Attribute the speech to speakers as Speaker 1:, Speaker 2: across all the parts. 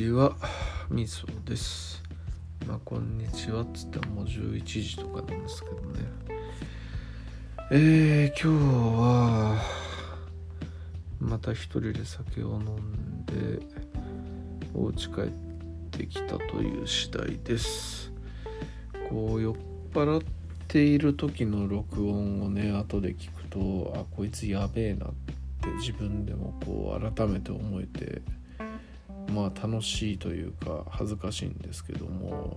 Speaker 1: ちは、みそです。こんにちはっつってもう11時とかなんですけどね。今日はまた一人で酒を飲んでお家帰ってきたという次第です。酔っ払っている時の録音をね、後で聞くと、こいつやべえなって自分でも改めて思えて、楽しいというか恥ずかしいんですけども、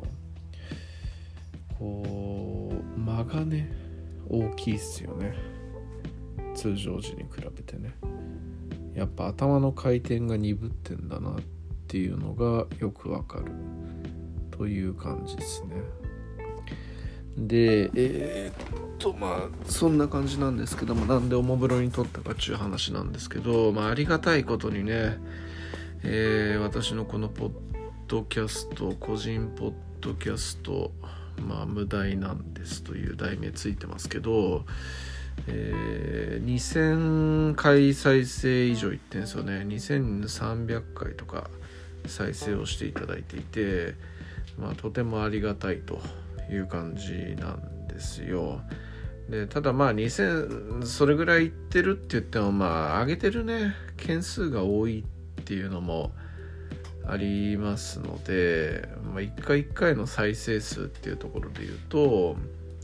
Speaker 1: 間がね大きいっすよね、通常時に比べてね。やっぱ頭の回転が鈍ってんだなっていうのがよくわかるという感じですね。でそんな感じなんですけども、なんでおもむろに撮ったかっていう話なんですけど、ありがたいことにね、私のこのポッドキャスト、個人ポッドキャスト、無題なんですという題名ついてますけど、2000回再生以上いってんですよね。2300回とか再生をしていただいていて、とてもありがたいという感じなんですよ。でただ2000それぐらいいってるって言っても上げてるね件数が多いっていうのもありますので、一回一回の再生数っていうところで言うと、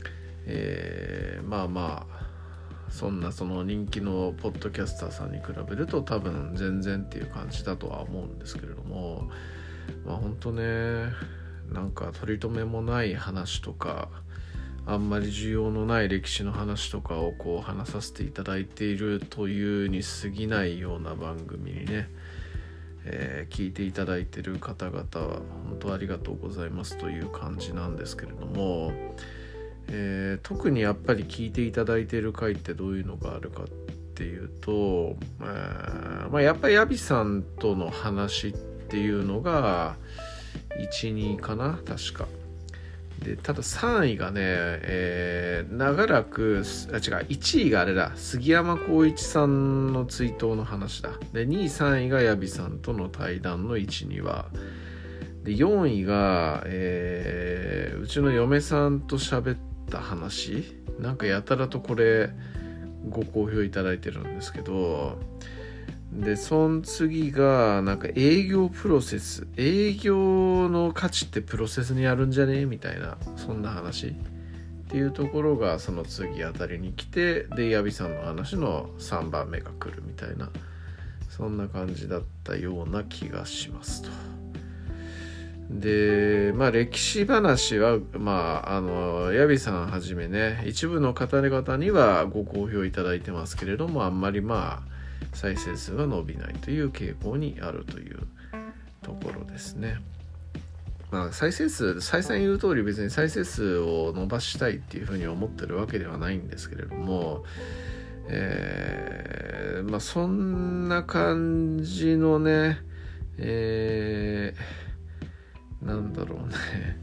Speaker 1: その人気のポッドキャスターさんに比べると多分全然っていう感じだとは思うんですけれども、本当ね、なんか取り留めもない話とかあんまり需要のない歴史の話とかを話させていただいているというに過ぎないような番組にね、聞いていただいている方々は本当ありがとうございますという感じなんですけれども、特にやっぱり聞いていただいている回ってどういうのがあるかっていうと、やっぱりヤビさんとの話っていうのが 1,2 かな確かで、ただ3位がね、長らく1位があれだ、杉山浩一さんの追悼の話だ。で2位3位がヤビさんとの対談の 1,2 話で、4位が、うちの嫁さんと喋った話、なんかやたらとこれご好評いただいてるんですけど、でその次がなんか営業プロセス、営業の価値ってプロセスにあるんじゃねみたいな、そんな話っていうところがその次あたりに来て、でヤビさんの話の3番目が来るみたいな、そんな感じだったような気がしますと。で歴史話はヤビさんはじめね、一部の方々にはご好評いただいてますけれども、あんまり再生数が伸びないという傾向にあるというところですね。再生数、再三言う通り別に再生数を伸ばしたいっていうふうに思ってるわけではないんですけれども、そんな感じのね、なんだろうね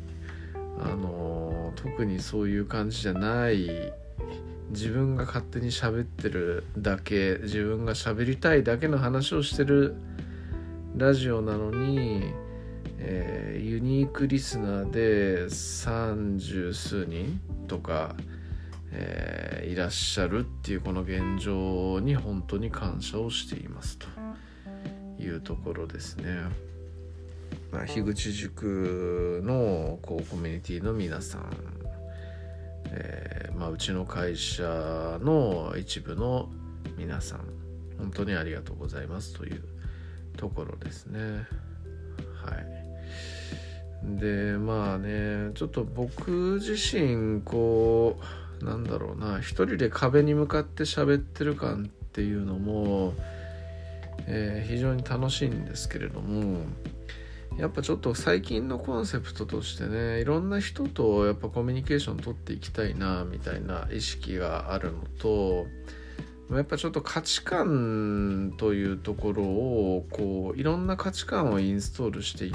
Speaker 1: 特にそういう感じじゃない、自分が勝手に喋ってるだけ、自分が喋りたいだけの話をしてるラジオなのに、ユニークリスナーで30数人とか、いらっしゃるっていうこの現状に本当に感謝をしていますというところですね。樋口塾のコミュニティの皆さん、うちの会社の一部の皆さん、本当にありがとうございますというところですね。はい。でちょっと僕自身一人で壁に向かって喋ってる感っていうのも、非常に楽しいんですけれども、やっぱちょっと最近のコンセプトとしてね、いろんな人とやっぱコミュニケーション取っていきたいなみたいな意識があるのと、やっぱちょっと価値観というところをいろんな価値観をインストールしていって、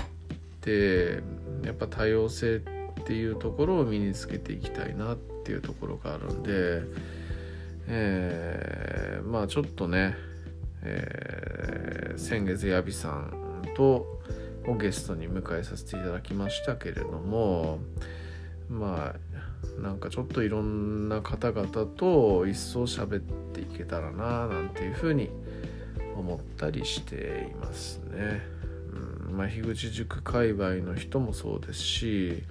Speaker 1: やっぱ多様性っていうところを身につけていきたいなっていうところがあるんで、ちょっとね、先月ヤビさんとをゲストに迎えさせていただきましたけれども、まあなんかちょっといろんな方々と一層喋っていけたらななんていうふうに思ったりしていますね。まあ樋口塾界隈の人もそうですし、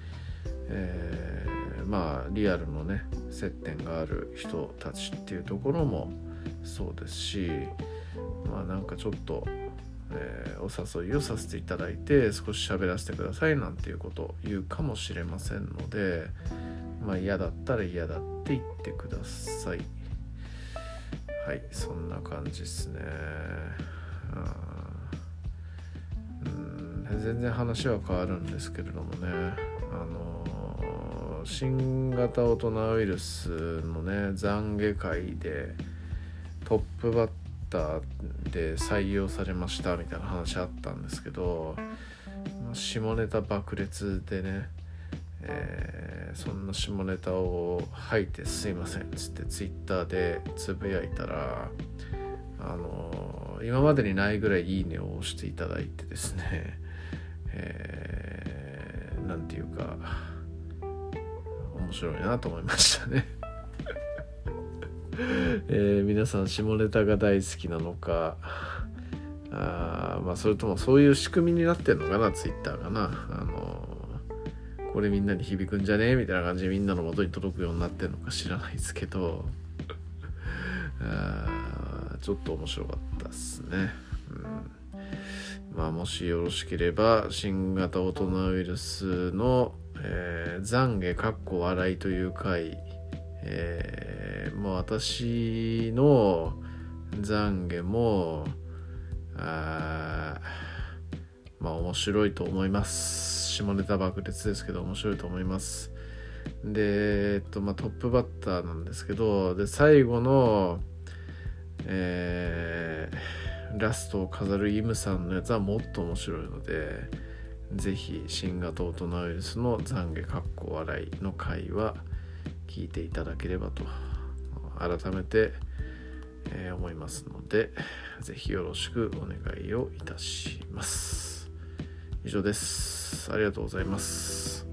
Speaker 1: まあリアルのね接点がある人たちっていうところもそうですし、まあなんかちょっと、お誘いをさせていただいて少し喋らせてくださいなんていうことを言うかもしれませんので、まあ嫌だったら嫌だって言ってください。はい、そんな感じですね。全然話は変わるんですけれどもね、新型大人ウイルスのね懺悔会でトップバッターで採用されましたみたいな話あったんですけど、下ネタ爆裂でね、そんな下ネタを吐いてすいませんっつってツイッターでつぶやいたら、今までにないぐらいいいねを押していただいてですね、なんていうか面白いなと思いましたね。皆さん下ネタが大好きなのか、まあそれともそういう仕組みになってんのかな、ツイッターがな、これみんなに響くんじゃねえみたいな感じでみんなの元に届くようになってんのか知らないですけど、ちょっと面白かったですね。まあもしよろしければ新型大人ウイルスの、懺悔かっこ笑いという回、もう私の懺悔もまあ面白いと思います。下ネタ爆裂ですけど面白いと思います。でまあトップバッターなんですけど、で最後のラストを飾るイムさんのやつはもっと面白いので、ぜひ新型大人ウイルスの懺悔かっこ笑いの回は聞いていただければと改めて、思いますので、ぜひよろしくお願いをいたします。以上です。ありがとうございます。